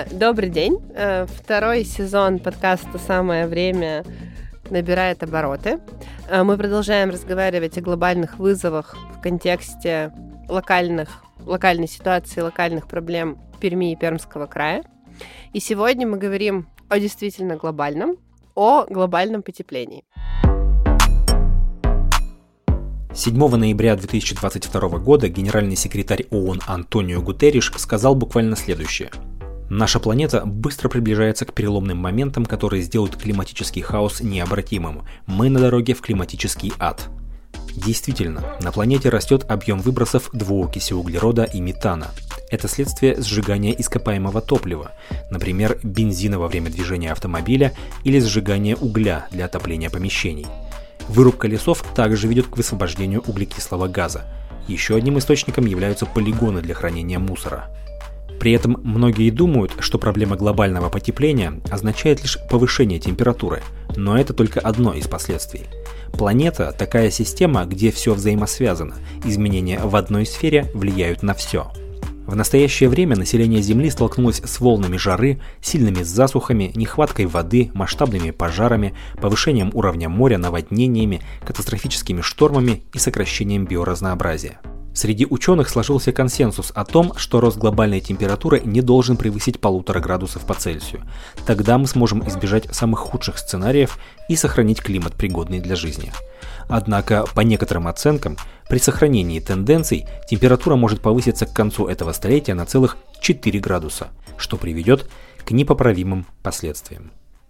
Добрый день. Второй сезон подкаста «Самое время» набирает обороты. Мы продолжаем разговаривать о глобальных вызовах в контексте локальной ситуации, локальных проблем Перми и Пермского края. И сегодня мы говорим о действительно глобальном, о глобальном потеплении. 7 ноября 2022 года генеральный секретарь ООН Антонио Гутерриш сказал буквально следующее. Наша планета быстро приближается к переломным моментам, которые сделают климатический хаос необратимым. Мы на дороге в климатический ад. Действительно, на планете растет объем выбросов двуокиси углерода и метана. Это следствие сжигания ископаемого топлива, например, бензина во время движения автомобиля или сжигания угля для отопления помещений. Вырубка лесов также ведет к высвобождению углекислого газа. Еще одним источником являются полигоны для хранения мусора. При этом многие думают, что проблема глобального потепления означает лишь повышение температуры, но это только одно из последствий. Планета – такая система, где все взаимосвязано, изменения в одной сфере влияют на все. В настоящее время население Земли столкнулось с волнами жары, сильными засухами, нехваткой воды, масштабными пожарами, повышением уровня моря, наводнениями, катастрофическими штормами и сокращением биоразнообразия. Среди ученых сложился консенсус о том, что рост глобальной температуры не должен превысить 1,5 градусов по Цельсию. Тогда мы сможем избежать самых худших сценариев и сохранить климат, пригодный для жизни. Однако, по некоторым оценкам, при сохранении тенденций температура может повыситься к концу этого столетия на целых 4 градуса, что приведет к непоправимым последствиям.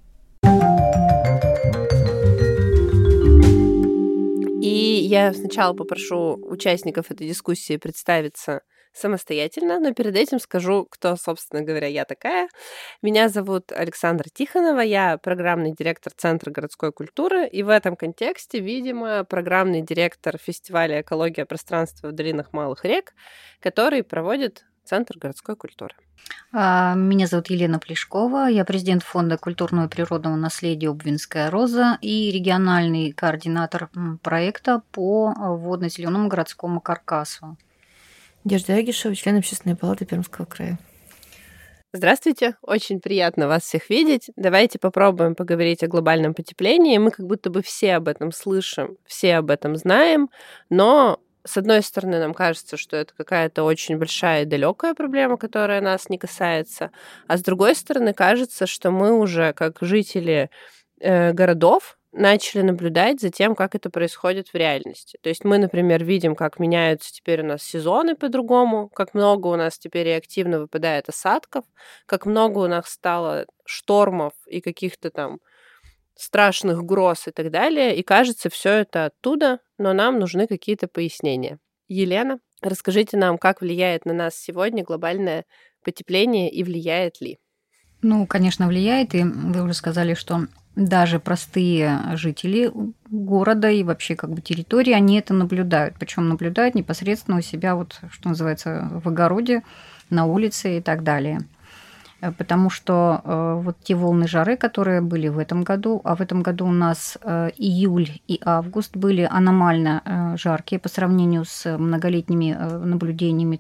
И я сначала попрошу участников этой дискуссии представиться самостоятельно, но перед этим скажу, кто, собственно говоря, я такая. Меня зовут Александра Тихонова, я программный директор Центра городской культуры, и в этом контексте, видимо, программный директор фестиваля «Экология пространства в долинах малых рек», который проводит Центр городской культуры. Меня зовут Елена Плешкова, я президент Фонда культурного и природного наследия «Обвинская роза» и региональный координатор проекта по водно-зеленому городскому каркасу. Надежда Агишева, член Общественной палаты Пермского края. Здравствуйте, очень приятно вас всех видеть. Давайте попробуем поговорить о глобальном потеплении. Мы как будто бы все об этом слышим, все об этом знаем, но с одной стороны, нам кажется, что это какая-то очень большая и далекая проблема, которая нас не касается, а с другой стороны, кажется, что мы уже, как жители городов, начали наблюдать за тем, как это происходит в реальности. То есть мы, например, видим, как меняются теперь у нас сезоны по-другому, как много у нас теперь и активно выпадает осадков, как много у нас стало штормов и каких-то там страшных гроз и так далее. И кажется, все это оттуда, но нам нужны какие-то пояснения. Елена, расскажите нам, как влияет на нас сегодня глобальное потепление и влияет ли? Конечно, влияет. И вы уже сказали, что даже простые жители города и вообще территории, они это наблюдают. Причем наблюдают непосредственно у себя, что называется, в огороде, на улице и так далее. Потому что те волны жары, которые были в этом году, а в этом году у нас июль и август были аномально жаркие по сравнению с многолетними наблюдениями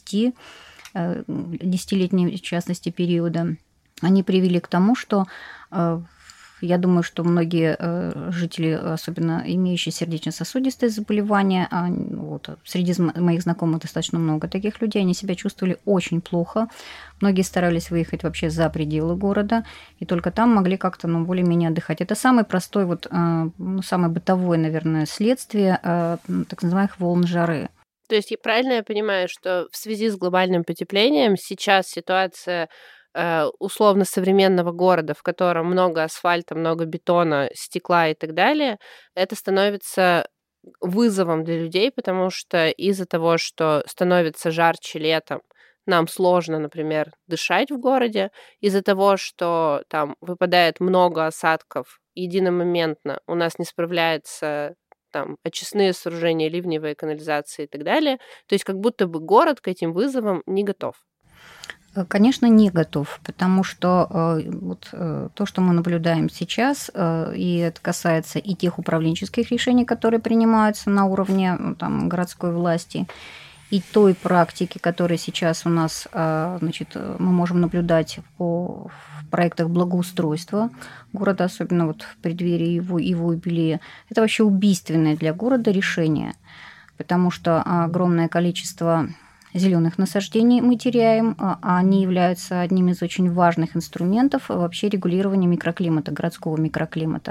10-летней, в частности, периода, они привели к тому, что я думаю, что многие жители, особенно имеющие сердечно-сосудистые заболевания, среди моих знакомых достаточно много таких людей, они себя чувствовали очень плохо. Многие старались выехать вообще за пределы города, и только там могли как-то более-менее отдыхать. Это самый простой, самое бытовое, наверное, следствие так называемых волн жары. То есть правильно я понимаю, что в связи с глобальным потеплением сейчас ситуация условно современного города, в котором много асфальта, много бетона, стекла и так далее, это становится вызовом для людей, потому что из-за того, что становится жарче летом, нам сложно, например, дышать в городе, из-за того, что там выпадает много осадков единомоментно, у нас не справляется очистные сооружения, ливневые канализации и так далее. То есть как будто бы город к этим вызовам не готов. Конечно, не готов, потому что то, что мы наблюдаем сейчас, и это касается и тех управленческих решений, которые принимаются на уровне городской власти, и той практики, которая сейчас у нас, значит, мы можем наблюдать в проектах благоустройства города, особенно вот в преддверии его юбилея, это вообще убийственное для города решение, потому что огромное количество зеленых насаждений мы теряем, а они являются одним из очень важных инструментов вообще регулирования микроклимата, городского микроклимата.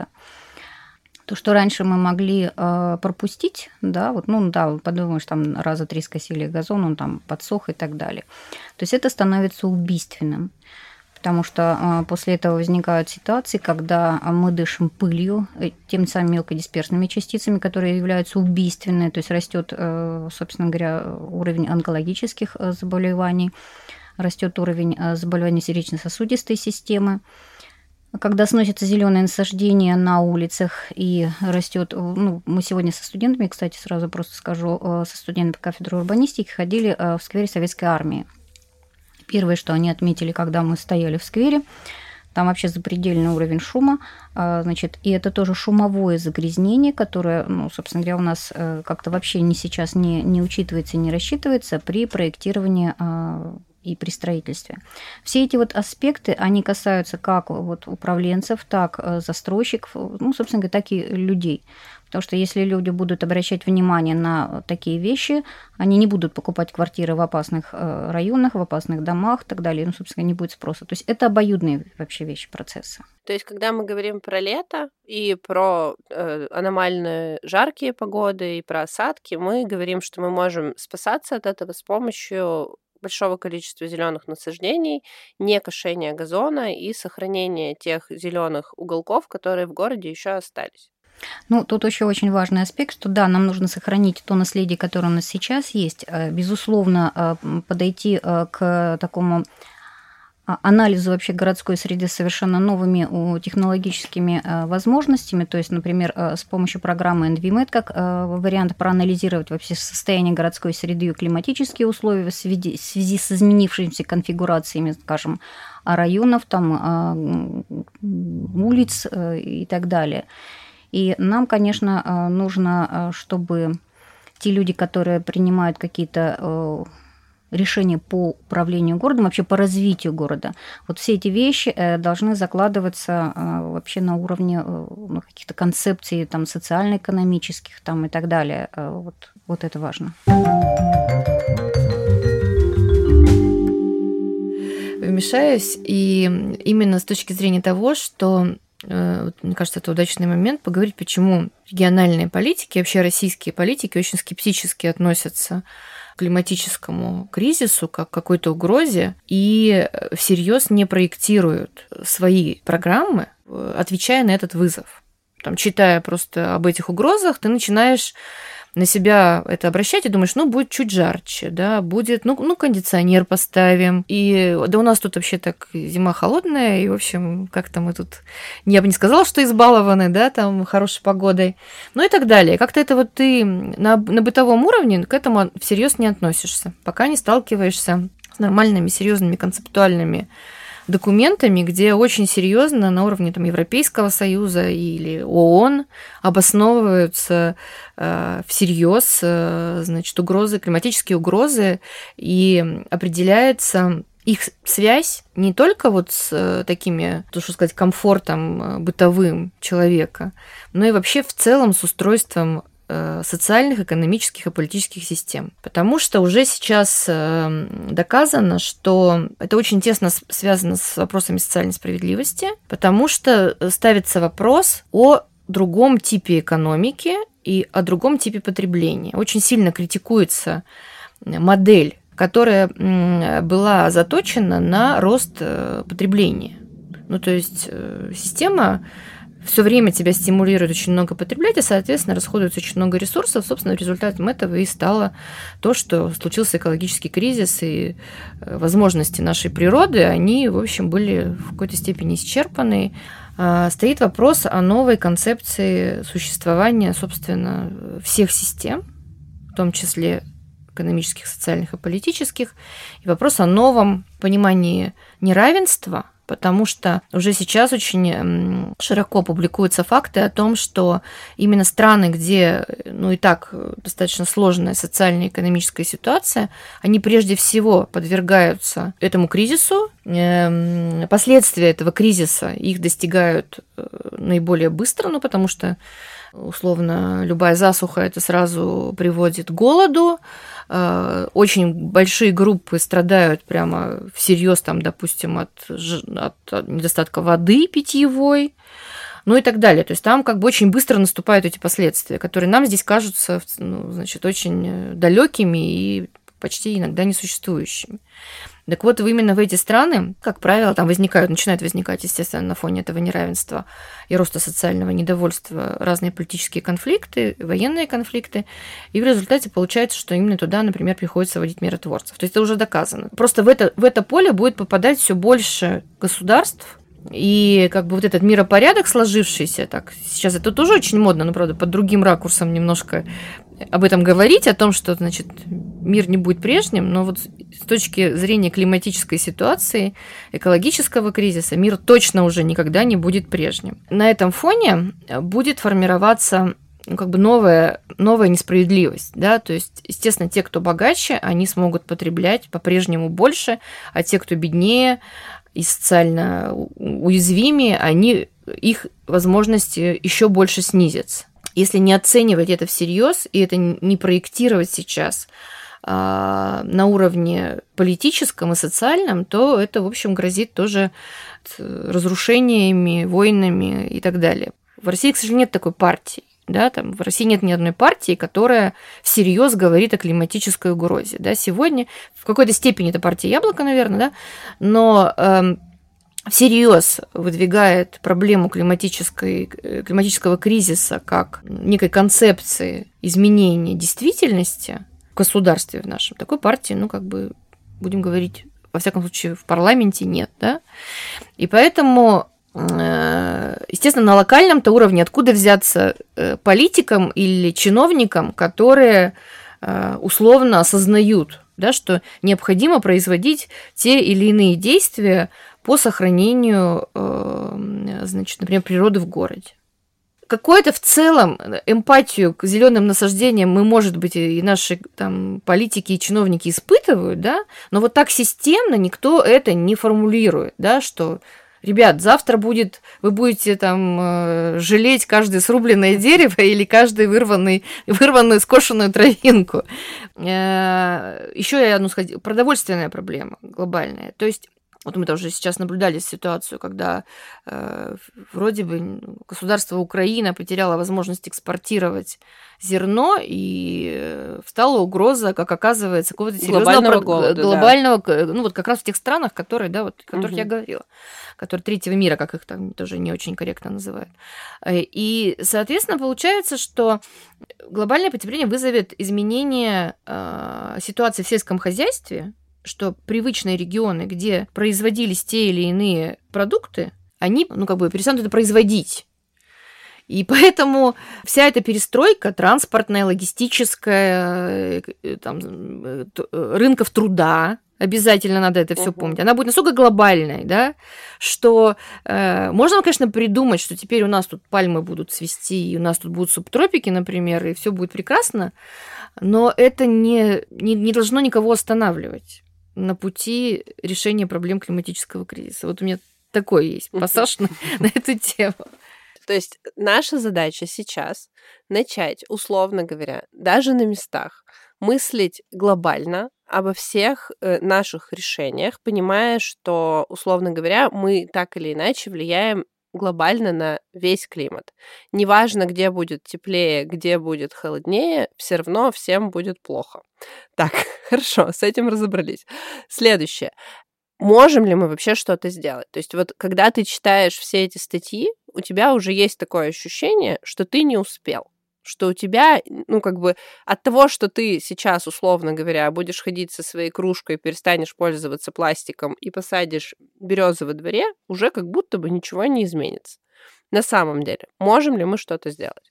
То, что раньше мы могли пропустить, да, вот, ну да, подумаешь, там раза 3 скосили газон, он там подсох и так далее. То есть это становится убийственным, потому что после этого возникают ситуации, когда мы дышим пылью, теми самыми мелкодисперсными частицами, которые являются убийственными, то есть растет, собственно говоря, уровень онкологических заболеваний, растет уровень заболеваний сердечно-сосудистой системы. Когда сносятся зеленые насаждения на улицах и растет, ну, мы сегодня со студентами, кстати, сразу просто скажу, со студентами кафедры урбанистики ходили в сквере Советской армии. Первое, что они отметили, когда мы стояли в сквере, там вообще запредельный уровень шума, значит, и это тоже шумовое загрязнение, которое, ну, собственно говоря, у нас как-то вообще сейчас не учитывается, не рассчитывается при проектировании и при строительстве. Все эти вот аспекты, они касаются как вот управленцев, так застройщиков, ну, собственно говоря, так и людей. Потому что если люди будут обращать внимание на такие вещи, они не будут покупать квартиры в опасных районах, в опасных домах и так далее. Ну, собственно, не будет спроса. То есть это обоюдные вообще вещи, процессы. То есть, когда мы говорим про лето и про аномально жаркие погоды и про осадки, мы говорим, что мы можем спасаться от этого с помощью большого количества зеленых насаждений, не кошения газона и сохранения тех зеленых уголков, которые в городе еще остались. Ну, тут еще очень важный аспект, что да, нам нужно сохранить то наследие, которое у нас сейчас есть, безусловно, подойти к такому анализу вообще городской среды совершенно новыми технологическими возможностями, то есть, например, с помощью программы ENVIMED как вариант проанализировать вообще состояние городской среды и климатические условия в связи с изменившимися конфигурациями, скажем, районов, там, улиц и так далее. И нам, конечно, нужно, чтобы те люди, которые принимают какие-то решения по управлению городом, вообще по развитию города, вот все эти вещи должны закладываться вообще на уровне каких-то концепций там, социально-экономических там, и так далее. Вот это важно. Вмешаюсь, и именно с точки зрения того, что мне кажется, это удачный момент поговорить, почему региональные политики, вообще российские политики очень скептически относятся к климатическому кризису как к какой-то угрозе и всерьез не проектируют свои программы, отвечая на этот вызов. Там, читая просто об этих угрозах, ты начинаешь на себя это обращать и думаешь, ну, будет чуть жарче, да, будет, ну, кондиционер поставим, и да у нас тут вообще так зима холодная, и, в общем, как-то мы тут, я бы не сказала, что избалованы, да, там, хорошей погодой, ну и так далее. Как-то это вот ты на бытовом уровне к этому всерьез не относишься, пока не сталкиваешься с нормальными, серьезными, концептуальными документами, где очень серьезно на уровне там, Европейского Союза или ООН обосновываются всерьез, значит, угрозы, климатические угрозы, и определяется их связь не только вот с такими, то, что сказать, комфортом бытовым человека, но и вообще в целом с устройством социальных, экономических и политических систем. Потому что уже сейчас доказано, что это очень тесно связано с вопросами социальной справедливости, потому что ставится вопрос о другом типе экономики и о другом типе потребления. Очень сильно критикуется модель, которая была заточена на рост потребления. Ну, то есть система все время тебя стимулирует очень много потреблять, и, соответственно, расходуется очень много ресурсов. Собственно, результатом этого и стало то, что случился экологический кризис, и возможности нашей природы, они, в общем, были в какой-то степени исчерпаны. Стоит вопрос о новой концепции существования, собственно, всех систем, в том числе экономических, социальных и политических, и вопрос о новом понимании неравенства, потому что уже сейчас очень широко публикуются факты о том, что именно страны, где, и так достаточно сложная социальная и экономическая ситуация, они прежде всего подвергаются этому кризису. Последствия этого кризиса их достигают наиболее быстро, потому что условно любая засуха это сразу приводит к голоду. Очень большие группы страдают прямо всерьез, допустим, от недостатка воды питьевой, и так далее. То есть там очень быстро наступают эти последствия, которые нам здесь кажутся, очень далекими и почти иногда несуществующими. Так вот, именно в эти страны, как правило, там начинают возникать, естественно, на фоне этого неравенства и роста социального недовольства разные политические конфликты, военные конфликты, и в результате получается, что именно туда, например, приходится вводить миротворцев. То есть это уже доказано. Просто в это поле будет попадать все больше государств, и этот миропорядок сложившийся, сейчас это тоже очень модно, но, правда, под другим ракурсом немножко об этом говорить, о том, что, мир не будет прежним, но с точки зрения климатической ситуации, экологического кризиса, мир точно уже никогда не будет прежним. На этом фоне будет формироваться новая несправедливость, да, то есть, естественно, те, кто богаче, они смогут потреблять по-прежнему больше, а те, кто беднее и социально уязвимее, их возможности еще больше снизятся. Если не оценивать это всерьез и это не проектировать сейчас на уровне политическом и социальном, то это, в общем, грозит тоже разрушениями, войнами и так далее. В России, к сожалению, нет такой партии. Да, в России нет ни одной партии, которая всерьез говорит о климатической угрозе. Да. Сегодня в какой-то степени это партия Яблоко, наверное, да, но всерьез выдвигает проблему климатического кризиса как некой концепции изменения действительности в государстве в нашем. Такой партии, будем говорить, во всяком случае, в парламенте нет. Да? И поэтому, естественно, на локальном-то уровне откуда взяться политикам или чиновникам, которые условно осознают, да, что необходимо производить те или иные действия по сохранению, например, природы в городе. Какую-то в целом эмпатию к зеленым насаждениям мы, может быть, и наши политики и чиновники испытывают, да, но вот так системно никто это не формулирует, да, что, ребят, завтра вы будете жалеть каждое срубленное дерево или каждую вырванную скошенную травинку. Еще я сказать, продовольственная проблема глобальная. То есть мы тоже сейчас наблюдали ситуацию, когда вроде бы государство Украина потеряло возможность экспортировать зерно, и встала угроза, как оказывается, какого-то серьезного глобального, да. Как раз в тех странах, которые, да, о которых я говорила, которые третьего мира, как их тоже не очень корректно называют. И, соответственно, получается, что глобальное потепление вызовет изменение ситуации в сельском хозяйстве, что привычные регионы, где производились те или иные продукты, они, перестанут это производить. И поэтому вся эта перестройка транспортная, логистическая, рынков труда, обязательно надо это все помнить, она будет настолько глобальной, да, что можно, конечно, придумать, что теперь у нас тут пальмы будут цвести, и у нас тут будут субтропики, например, и все будет прекрасно, но это не должно никого останавливать на пути решения проблем климатического кризиса. Вот у меня такой есть пассаж на эту тему. То есть наша задача сейчас начать, условно говоря, даже на местах, мыслить глобально обо всех наших решениях, понимая, что, условно говоря, мы так или иначе влияем глобально на весь климат. Неважно, где будет теплее, где будет холоднее, все равно всем будет плохо. Так, хорошо, с этим разобрались. Следующее. Можем ли мы вообще что-то сделать? То есть вот когда ты читаешь все эти статьи, у тебя уже есть такое ощущение, что ты не успел, что у тебя, от того, что ты сейчас, условно говоря, будешь ходить со своей кружкой, перестанешь пользоваться пластиком и посадишь березы во дворе, уже как будто бы ничего не изменится. На самом деле, можем ли мы что-то сделать?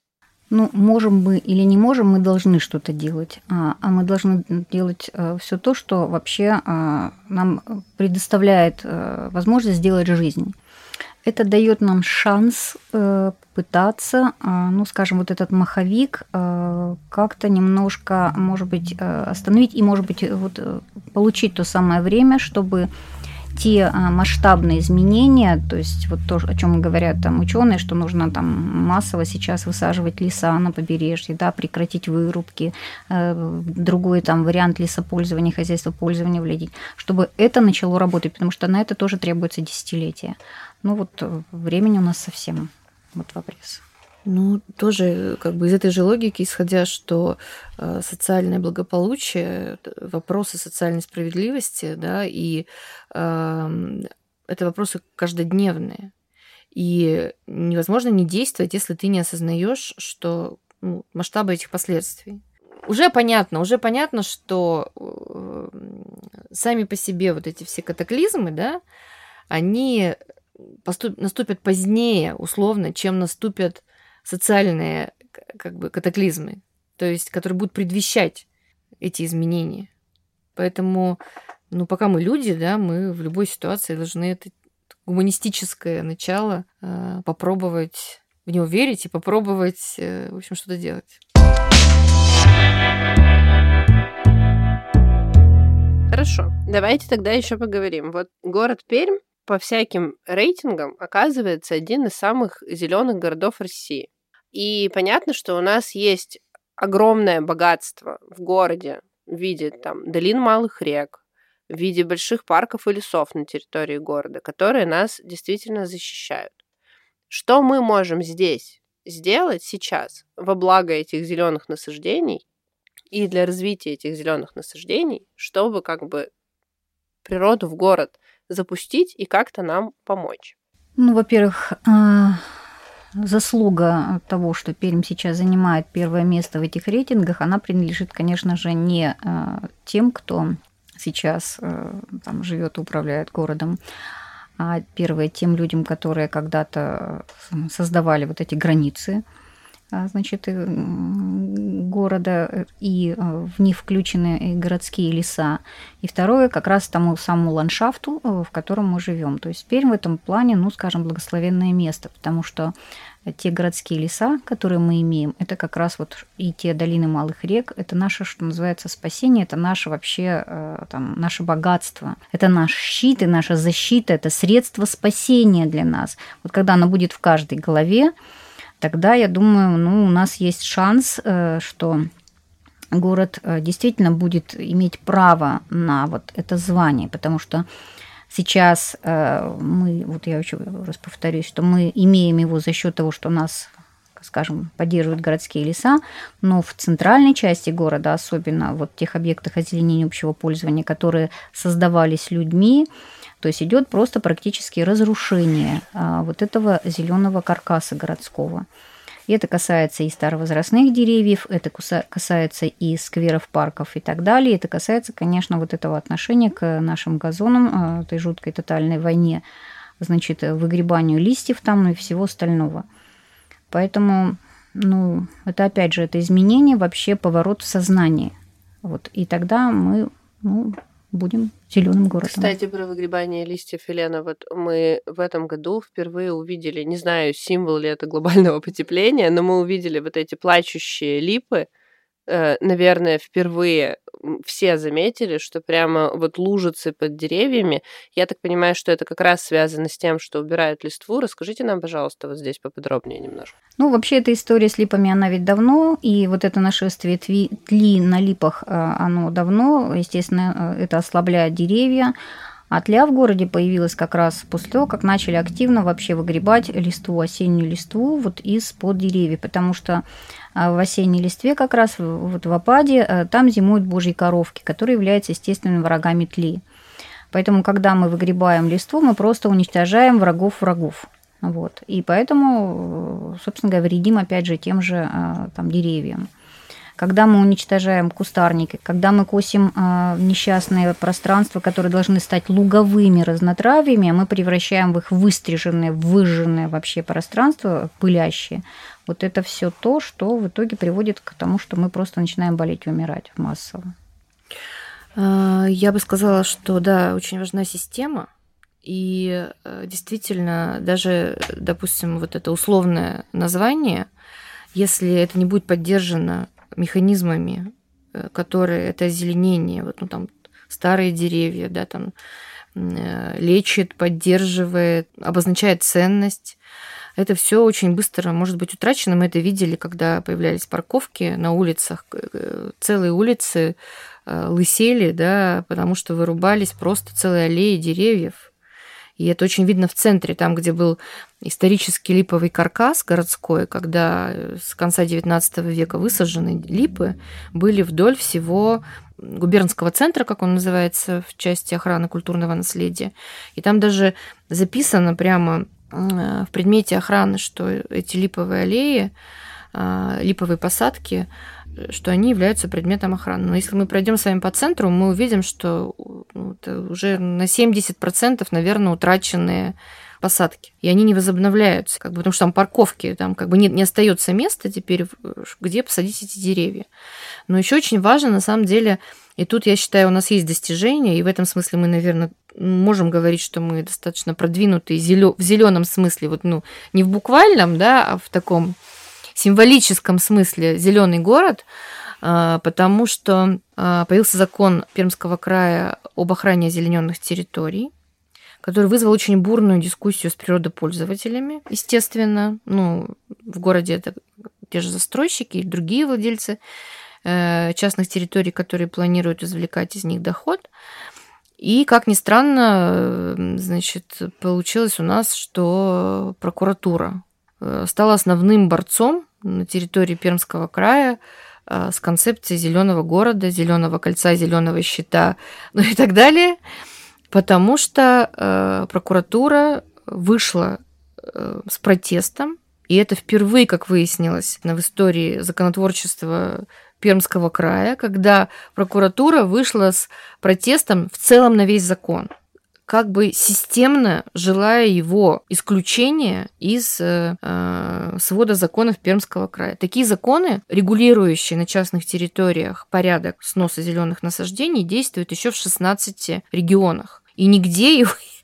Ну, можем мы или не можем, мы должны что-то делать. А мы должны делать все то, что вообще нам предоставляет возможность сделать жизнь. Это дает нам шанс пытаться, ну, скажем, вот этот маховик как-то немножко, может быть, остановить и, может быть, вот получить то самое время, чтобы те масштабные изменения, то есть вот то, о чем говорят там ученые, что нужно там массово сейчас высаживать леса на побережье, да, прекратить вырубки, другой там вариант лесопользования, хозяйствопользования влиять, чтобы это начало работать, потому что на это тоже требуется десятилетия. Ну вот времени у нас совсем вот в обрез. Ну, тоже как бы из этой же логики, исходя, что социальное благополучие, вопросы социальной справедливости, да, и это вопросы каждодневные. И невозможно не действовать, если ты не осознаешь, что масштабы этих последствий. Уже понятно, что сами по себе вот эти все катаклизмы, да, они наступят позднее, условно, чем наступят социальные как бы катаклизмы, то есть которые будут предвещать эти изменения. Поэтому, пока мы люди, да, мы в любой ситуации должны это гуманистическое начало попробовать в него верить и попробовать, в общем, что-то делать. Хорошо, давайте тогда еще поговорим. Вот город Пермь по всяким рейтингам оказывается один из самых зеленых городов России. И понятно, что у нас есть огромное богатство в городе в виде там долин малых рек, в виде больших парков и лесов на территории города, которые нас действительно защищают. Что мы можем здесь сделать сейчас во благо этих зеленых насаждений и для развития этих зеленых насаждений, чтобы как бы природу в город запустить и как-то нам помочь? Ну, во-первых, заслуга того, что Пермь сейчас занимает первое место в этих рейтингах, она принадлежит, конечно же, не тем, кто сейчас там живет и управляет городом, а первое тем людям, которые когда-то создавали вот эти границы, значит, города, и в них включены и городские леса. И второе, как раз тому самому ландшафту, в котором мы живем. То есть Пермь в этом плане, скажем, благословенное место, потому что те городские леса, которые мы имеем, это как раз вот и те долины малых рек, это наше, что называется, спасение, это наше вообще, наше богатство, это наш щит и наша защита, это средство спасения для нас. Вот когда оно будет в каждой голове, тогда, я думаю, у нас есть шанс, что город действительно будет иметь право на вот это звание, потому что сейчас мы, вот я еще раз повторюсь, что мы имеем его за счет того, что нас, скажем, поддерживают городские леса, но в центральной части города, особенно вот в тех объектах озеленения общего пользования, которые создавались людьми, то есть идет просто практически разрушение вот этого зеленого каркаса городского. И это касается и старовозрастных деревьев, это касается и скверов, парков и так далее. Это касается, конечно, вот этого отношения к нашим газонам, этой жуткой тотальной войне, значит, выгребанию листьев там и всего остального. Поэтому, это опять же, это изменение, вообще поворот в сознании. Вот. И тогда мы, будем зеленым городом. Кстати, про выгребание листьев, Елена, вот мы в этом году впервые увидели, не знаю, символ ли это глобального потепления, но мы увидели вот эти плачущие липы. Наверное, впервые все заметили, что прямо вот лужицы под деревьями. Я так понимаю, что это как раз связано с тем, что убирают листву. Расскажите нам, пожалуйста, вот здесь поподробнее немножко. Вообще эта история с липами, она ведь давно, и вот это нашествие тли на липах, оно давно, естественно, это ослабляет деревья. А тля в городе появилась как раз после того, как начали активно вообще выгребать листву, осеннюю листву вот из-под деревьев, потому что в осенней листве как раз вот в опаде там зимуют божьи коровки, которые являются естественными врагами тли. Поэтому, когда мы выгребаем листву, мы просто уничтожаем врагов. Вот. И поэтому, собственно говоря, вредим опять же тем же там деревьям. когда мы уничтожаем кустарники, когда мы косим несчастные пространства, которые должны стать луговыми разнотравьями, мы превращаем в их выстриженные, выжженные вообще пространства, пылящие. Вот это все то, что в итоге приводит к тому, что мы просто начинаем болеть и умирать массово. Я бы сказала, что да, очень важна система. И действительно, даже, допустим, вот это условное название, если это не будет поддержано механизмами, которые это озеленение, вот, ну, там, старые деревья, да, там, лечит, поддерживает, обозначает ценность, это все очень быстро может быть утрачено. Мы это видели, когда появлялись парковки на улицах, целые улицы лысели, да, потому что вырубались просто целые аллеи деревьев. И это очень видно в центре, там, где был исторический липовый каркас городской, когда с конца XIX века высажены липы, были вдоль всего губернского центра, как он называется, в части охраны культурного наследия. И там даже записано прямо в предмете охраны, что эти липовые аллеи, липовые посадки, что они являются предметом охраны. Но если мы пройдем с вами по центру, мы увидим, что это уже на 70%, наверное, утраченные посадки. И они не возобновляются, как бы, потому что там парковки, там как бы не остается места теперь, где посадить эти деревья. Но еще очень важно, на самом деле, и тут, я считаю, у нас есть достижения, и в этом смысле мы, наверное, можем говорить, что мы достаточно продвинутые в зеленом смысле, вот, ну, не в буквальном, да, а в таком символическом смысле зеленый город, потому что появился закон Пермского края об охране озелененных территорий, который вызвал очень бурную дискуссию с природопользователями, естественно. Ну, в городе это те же застройщики и другие владельцы частных территорий, которые планируют извлекать из них доход. И, как ни странно, значит, получилось у нас, что прокуратура стала основным борцом на территории Пермского края с концепцией зеленого города, зеленого кольца, зеленого щита, ну и так далее, потому что прокуратура вышла с протестом, и это впервые, как выяснилось, в истории законотворчества Пермского края, когда прокуратура вышла с протестом в целом на весь закон, как бы системно желая его исключения из свода законов Пермского края. Такие законы, регулирующие на частных территориях порядок сноса зеленых насаждений, действуют еще в 16 регионах. И нигде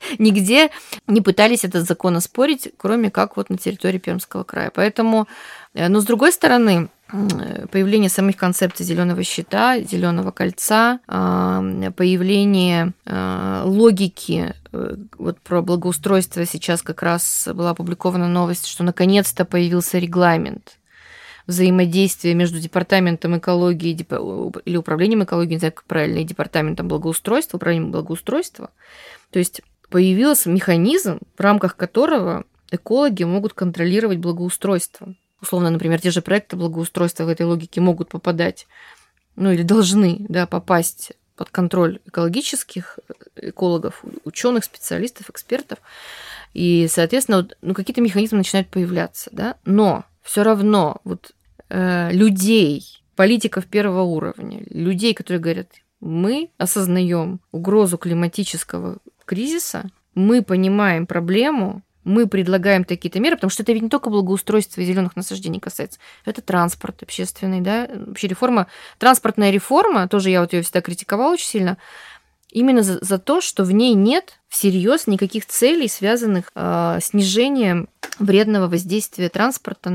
не пытались этот закон оспорить, кроме как вот на территории Пермского края. Поэтому, но с другой стороны, появление самих концепций зеленого щита, зеленого кольца, появление логики, вот про благоустройство сейчас как раз была опубликована новость, что наконец-то появился регламент взаимодействия между департаментом экологии или управлением экологии, не знаю, как правильно, и департаментом благоустройства, управлением благоустройства. То есть появился механизм, в рамках которого экологи могут контролировать благоустройство. Условно, например, те же проекты благоустройства в этой логике могут попадать, ну или должны, да, попасть под контроль экологических экологов, ученых, специалистов, экспертов. И, соответственно, ну, какие-то механизмы начинают появляться, да, но все равно вот людей, политиков первого уровня, людей, которые говорят, мы осознаем угрозу климатического кризиса, мы понимаем проблему, мы предлагаем такие-то меры, потому что это ведь не только благоустройство и зеленых насаждений касается, это транспорт общественный, да, вообще транспортная реформа, тоже я вот ее всегда критиковала очень сильно, именно за то, что в ней нет всерьез никаких целей, связанных с снижением вредного воздействия транспорта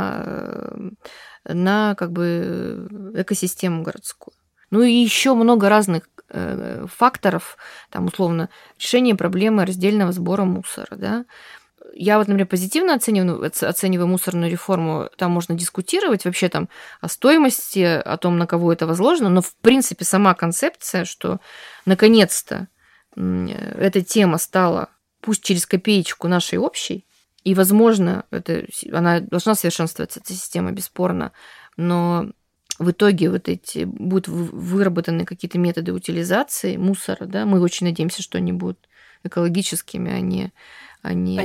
на как бы экосистему городскую. Ну и еще много разных факторов, там, условно, решение проблемы раздельного сбора мусора, да. Я вот, например, позитивно оцениваю мусорную реформу, там можно дискутировать вообще там о стоимости, о том, на кого это возложено, но, в принципе, сама концепция, что наконец-то эта тема стала, пусть через копеечку нашей общей, и, возможно, она должна совершенствоваться, эта система, бесспорно, но в итоге вот эти будут выработаны какие-то методы утилизации мусора, да, мы очень надеемся, что они будут экологическими, а не они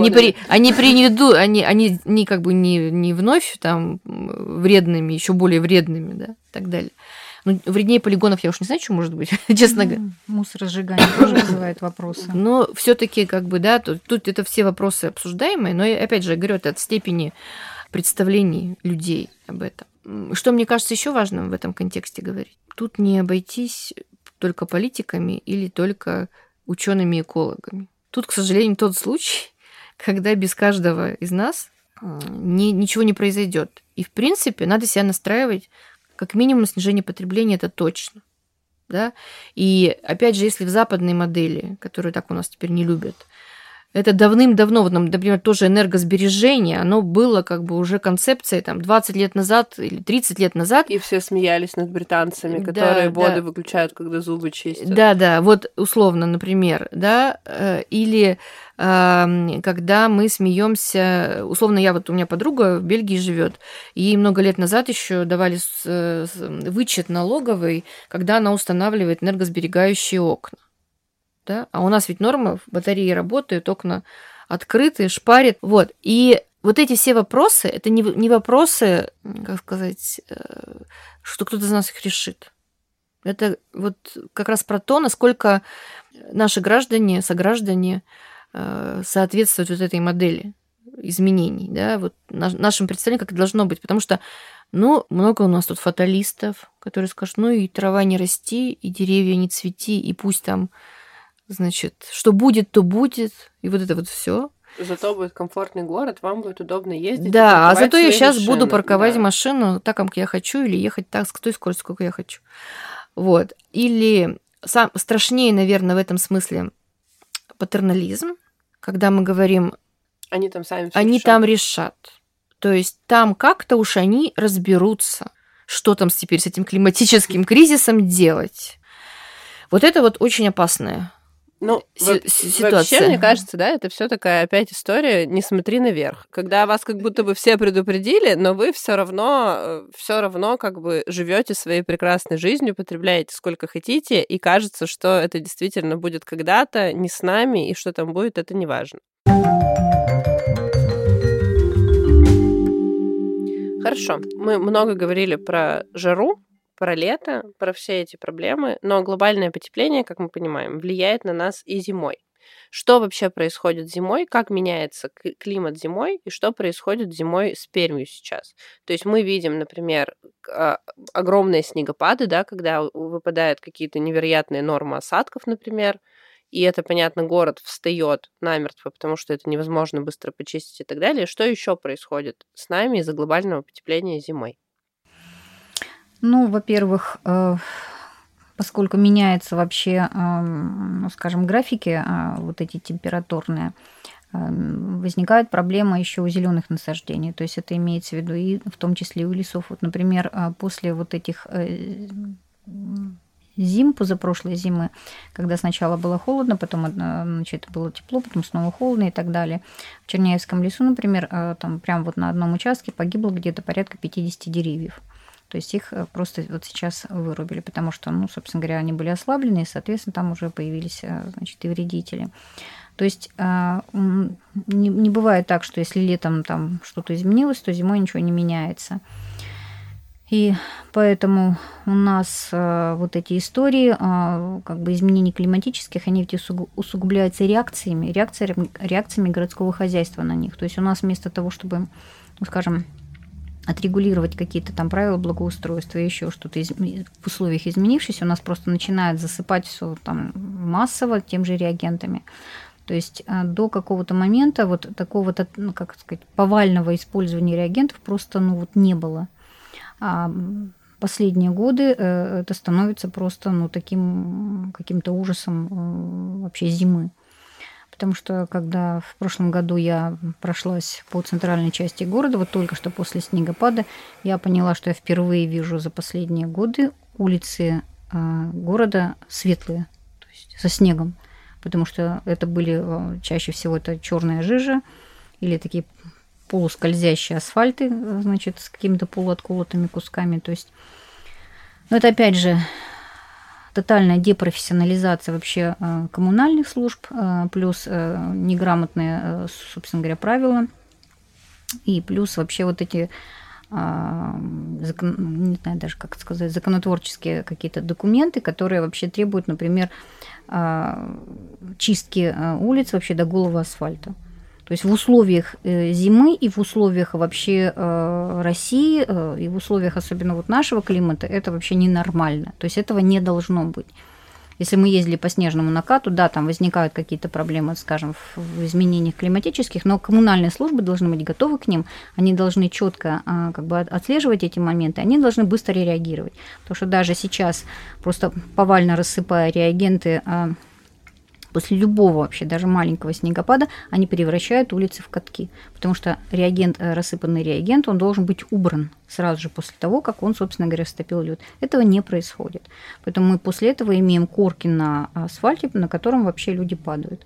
как бы не вновь там вредными, еще более вредными, да, и так далее. Ну, вреднее полигонов я уж не знаю, что может быть, честно говоря. Мусоросжигание тоже вызывает вопросы. Но все-таки, как бы, да, тут это все вопросы обсуждаемые, но, опять же, я говорю, это от степени представлений людей об этом. Что мне кажется еще важным в этом контексте говорить? Тут не обойтись только политиками или только учеными-экологами. Тут, к сожалению, тот случай, когда без каждого из нас ничего не произойдет. И, в принципе, надо себя настраивать как минимум на снижение потребления, это точно. Да? И, опять же, если в западной модели, которую так у нас теперь не любят, это давным-давно, вот, например, тоже энергосбережение, оно было как бы уже концепцией там 20 лет назад или 30 лет назад. И все смеялись над британцами, которые воды выключают, когда зубы чистят. Да, вот условно, например, да, или когда мы смеемся, условно, у меня подруга в Бельгии живет, ей много лет назад еще давали вычет налоговый, когда она устанавливает энергосберегающие окна. Да? А у нас ведь норма, батареи работают, окна открыты, шпарит. Вот. И вот эти все вопросы, это не вопросы, как сказать, что кто-то из нас их решит. Это вот как раз про то, насколько наши граждане, сограждане соответствуют вот этой модели изменений, да, вот нашим представлениям, как это должно быть. Потому что, много у нас тут фаталистов, которые скажут, и трава не расти, и деревья не цвети, и пусть там, значит, что будет, то будет, и вот это вот все. Зато будет комфортный город, вам будет удобно ездить. Да, а зато я сейчас буду парковать машину так, как я хочу, или ехать так с той скоростью, сколько я хочу. Вот. Или страшнее, наверное, в этом смысле патернализм, когда мы говорим, они там сами там решат. То есть там как-то уж они разберутся, что там теперь с этим климатическим кризисом делать. Вот это вот очень опасная ситуация. Вообще, мне кажется, да, это все такая опять история «не смотри наверх». Когда вас как будто бы все предупредили, но вы все равно как бы живете своей прекрасной жизнью, потребляете сколько хотите, и кажется, что это действительно будет когда-то не с нами, и что там будет, это не важно. Хорошо, мы много говорили про жару, про лето, про все эти проблемы, но глобальное потепление, как мы понимаем, влияет на нас и зимой. Что вообще происходит зимой, как меняется климат зимой, и что происходит зимой с Пермью сейчас? То есть мы видим, например, огромные снегопады, да, когда выпадают какие-то невероятные нормы осадков, например, и это, понятно, город встает намертво, потому что это невозможно быстро почистить и так далее. Что еще происходит с нами из-за глобального потепления зимой? Во-первых, поскольку меняются вообще, скажем, графики вот эти температурные, возникают проблемы еще у зеленых насаждений. То есть это имеется в виду и в том числе у лесов. Вот, например, после вот этих зим, позапрошлой зимы, когда сначала было холодно, потом, было тепло, потом снова холодно и так далее. В Черняевском лесу, например, там прям вот на одном участке погибло где-то порядка 50 деревьев. То есть их просто вот сейчас вырубили, потому что, собственно говоря, они были ослаблены, и, соответственно, там уже появились, и вредители. То есть не бывает так, что если летом там что-то изменилось, то зимой ничего не меняется. И поэтому у нас вот эти истории изменений климатических, они ведь усугубляются реакциями городского хозяйства на них. То есть у нас вместо того, чтобы, скажем, отрегулировать какие-то там правила благоустройства и еще что-то в условиях изменившись, у нас просто начинает засыпать все там массово тем же реагентами. То есть до какого-то момента вот такого-то, повального использования реагентов просто, не было. А последние годы это становится просто, таким каким-то ужасом вообще зимы. Потому что, когда в прошлом году я прошлась по центральной части города, вот только что после снегопада, я поняла, что я впервые вижу за последние годы улицы города светлые, то есть со снегом. Потому что это были чаще всего это черная жижа или такие полускользящие асфальты, с какими-то полуотколотыми кусками. То есть, это опять же тотальная депрофессионализация вообще коммунальных служб, плюс неграмотные, собственно говоря, правила, и плюс вообще вот эти, не знаю даже как сказать, законотворческие какие-то документы, которые вообще требуют, например, чистки улиц вообще до голого асфальта. То есть в условиях зимы и в условиях вообще России, и в условиях особенно вот нашего климата, это вообще ненормально. То есть этого не должно быть. Если мы ездили по снежному накату, да, там возникают какие-то проблемы, скажем, в изменениях климатических, но коммунальные службы должны быть готовы к ним, они должны четко как бы отслеживать эти моменты, они должны быстро реагировать. Потому что даже сейчас, просто повально рассыпая реагенты, после любого вообще, даже маленького снегопада, они превращают улицы в катки. Потому что рассыпанный реагент, он должен быть убран сразу же после того, как он, собственно говоря, стопил лед. Этого не происходит. Поэтому мы после этого имеем корки на асфальте, на котором вообще люди падают.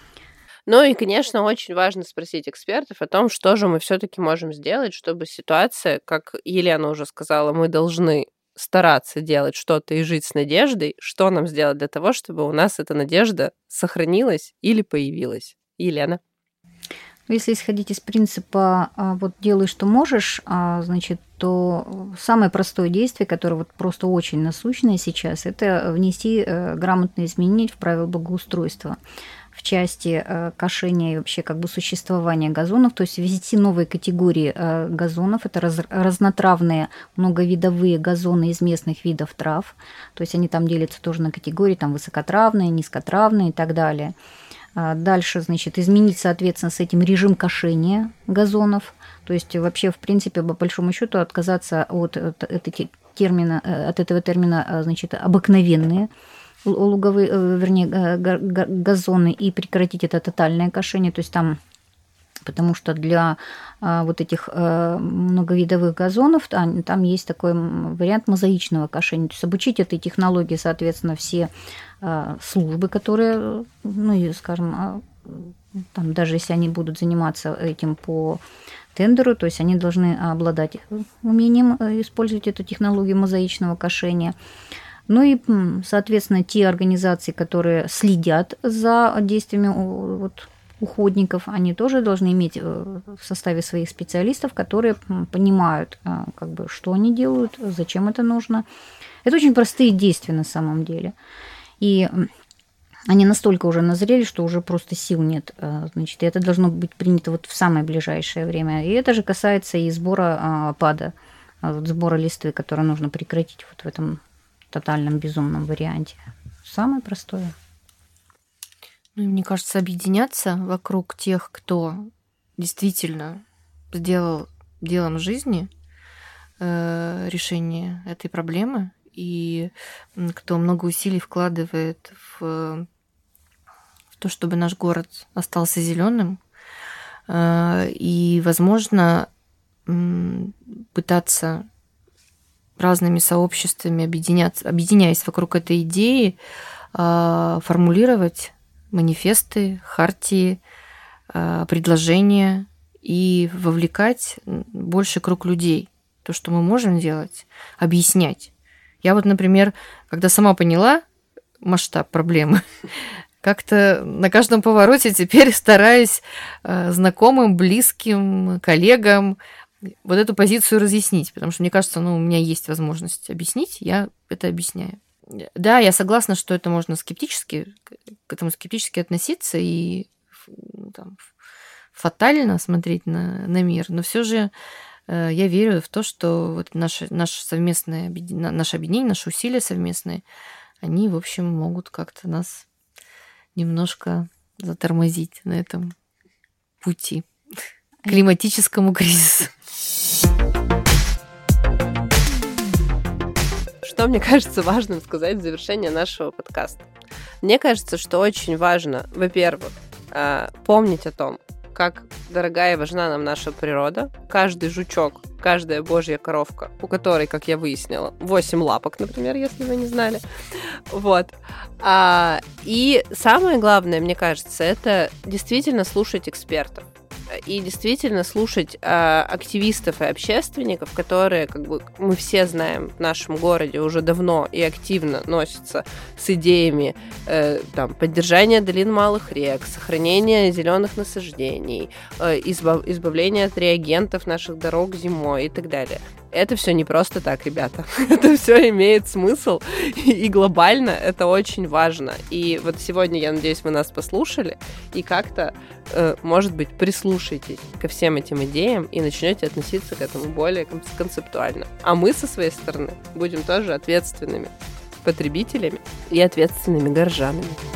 Ну и, конечно, очень важно спросить экспертов о том, что же мы все-таки можем сделать, чтобы ситуация, как Елена уже сказала, мы должны стараться делать что-то и жить с надеждой, что нам сделать для того, чтобы у нас эта надежда сохранилась или появилась. Елена. Если исходить из принципа вот делай, что можешь, значит, то самое простое действие, которое вот просто очень насущное сейчас, это внести грамотные изменения в правила благоустройства в части кошения и вообще как бы существования газонов, то есть ввести новые категории газонов, это разнотравные многовидовые газоны из местных видов трав, то есть они там делятся тоже на категории, там высокотравные, низкотравные и так далее. Дальше, значит, изменить, соответственно, с этим режим кошения газонов, то есть вообще, в принципе, по большому счету отказаться от этого термина, значит, обыкновенные луговые, вернее, газоны и прекратить это тотальное кошение, то есть там, потому что для вот этих многовидовых газонов там есть такой вариант мозаичного кошения, то есть обучить этой технологии, соответственно, все службы, которые, ну, и, скажем, там, даже если они будут заниматься этим по тендеру, то есть они должны обладать умением использовать эту технологию мозаичного кошения. Ну и, соответственно, те организации, которые следят за действиями вот уходников, они тоже должны иметь в составе своих специалистов, которые понимают, как бы, что они делают, зачем это нужно. Это очень простые действия на самом деле. И они настолько уже назрели, что уже просто сил нет. Значит, и это должно быть принято вот в самое ближайшее время. И это же касается и сбора опада, сбора листвы, который нужно прекратить вот в этом тотальном безумном варианте. Самое простое. Ну, и мне кажется, объединяться вокруг тех, кто действительно сделал делом жизни решение этой проблемы, и кто много усилий вкладывает в то, чтобы наш город остался зеленым, и, возможно, пытаться разными сообществами объединяясь вокруг этой идеи, формулировать манифесты, хартии, предложения и вовлекать больший круг людей. То, что мы можем делать, объяснять. Я вот, например, когда сама поняла масштаб проблемы, как-то на каждом повороте теперь стараюсь знакомым, близким, коллегам вот эту позицию разъяснить, потому что мне кажется, у меня есть возможность объяснить, я это объясняю. Да, я согласна, что это можно к этому скептически относиться и там, фатально смотреть на мир, но все же я верю в то, что вот наше совместное наше объединение, наши усилия совместные, они, в общем, могут как-то нас немножко затормозить на этом пути к климатическому кризису. Что мне кажется важным сказать в завершение нашего подкаста? Мне кажется, что очень важно, во-первых, помнить о том, как дорогая и важна нам наша природа. Каждый жучок, каждая божья коровка, у которой, как я выяснила, 8 лапок, например, если вы не знали. Вот. И самое главное, мне кажется, это действительно слушать экспертов. и действительно слушать активистов и общественников, которые, как бы, мы все знаем, в нашем городе уже давно и активно носятся с идеями поддержания долин малых рек, сохранения зеленых насаждений, избавления от реагентов наших дорог зимой и так далее. Это все не просто так, ребята. Это все имеет смысл, и глобально это очень важно. И вот сегодня, я надеюсь, вы нас послушали, и как-то, может быть, прислушаетесь ко всем этим идеям и начнете относиться к этому более концептуально. А мы, со своей стороны, будем тоже ответственными потребителями и ответственными горожанами.